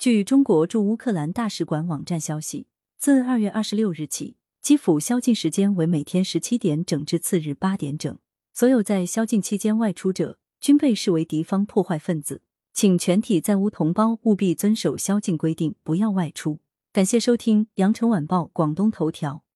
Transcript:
据中国驻乌克兰大使馆网站消息，自2月26日起，基辅宵禁时间为每天17点整至次日8点整。所有在宵禁期间外出者，均被视为敌方破坏分子。请全体在乌同胞务必遵守宵禁规定，不要外出。感谢收听羊城晚报广东头条。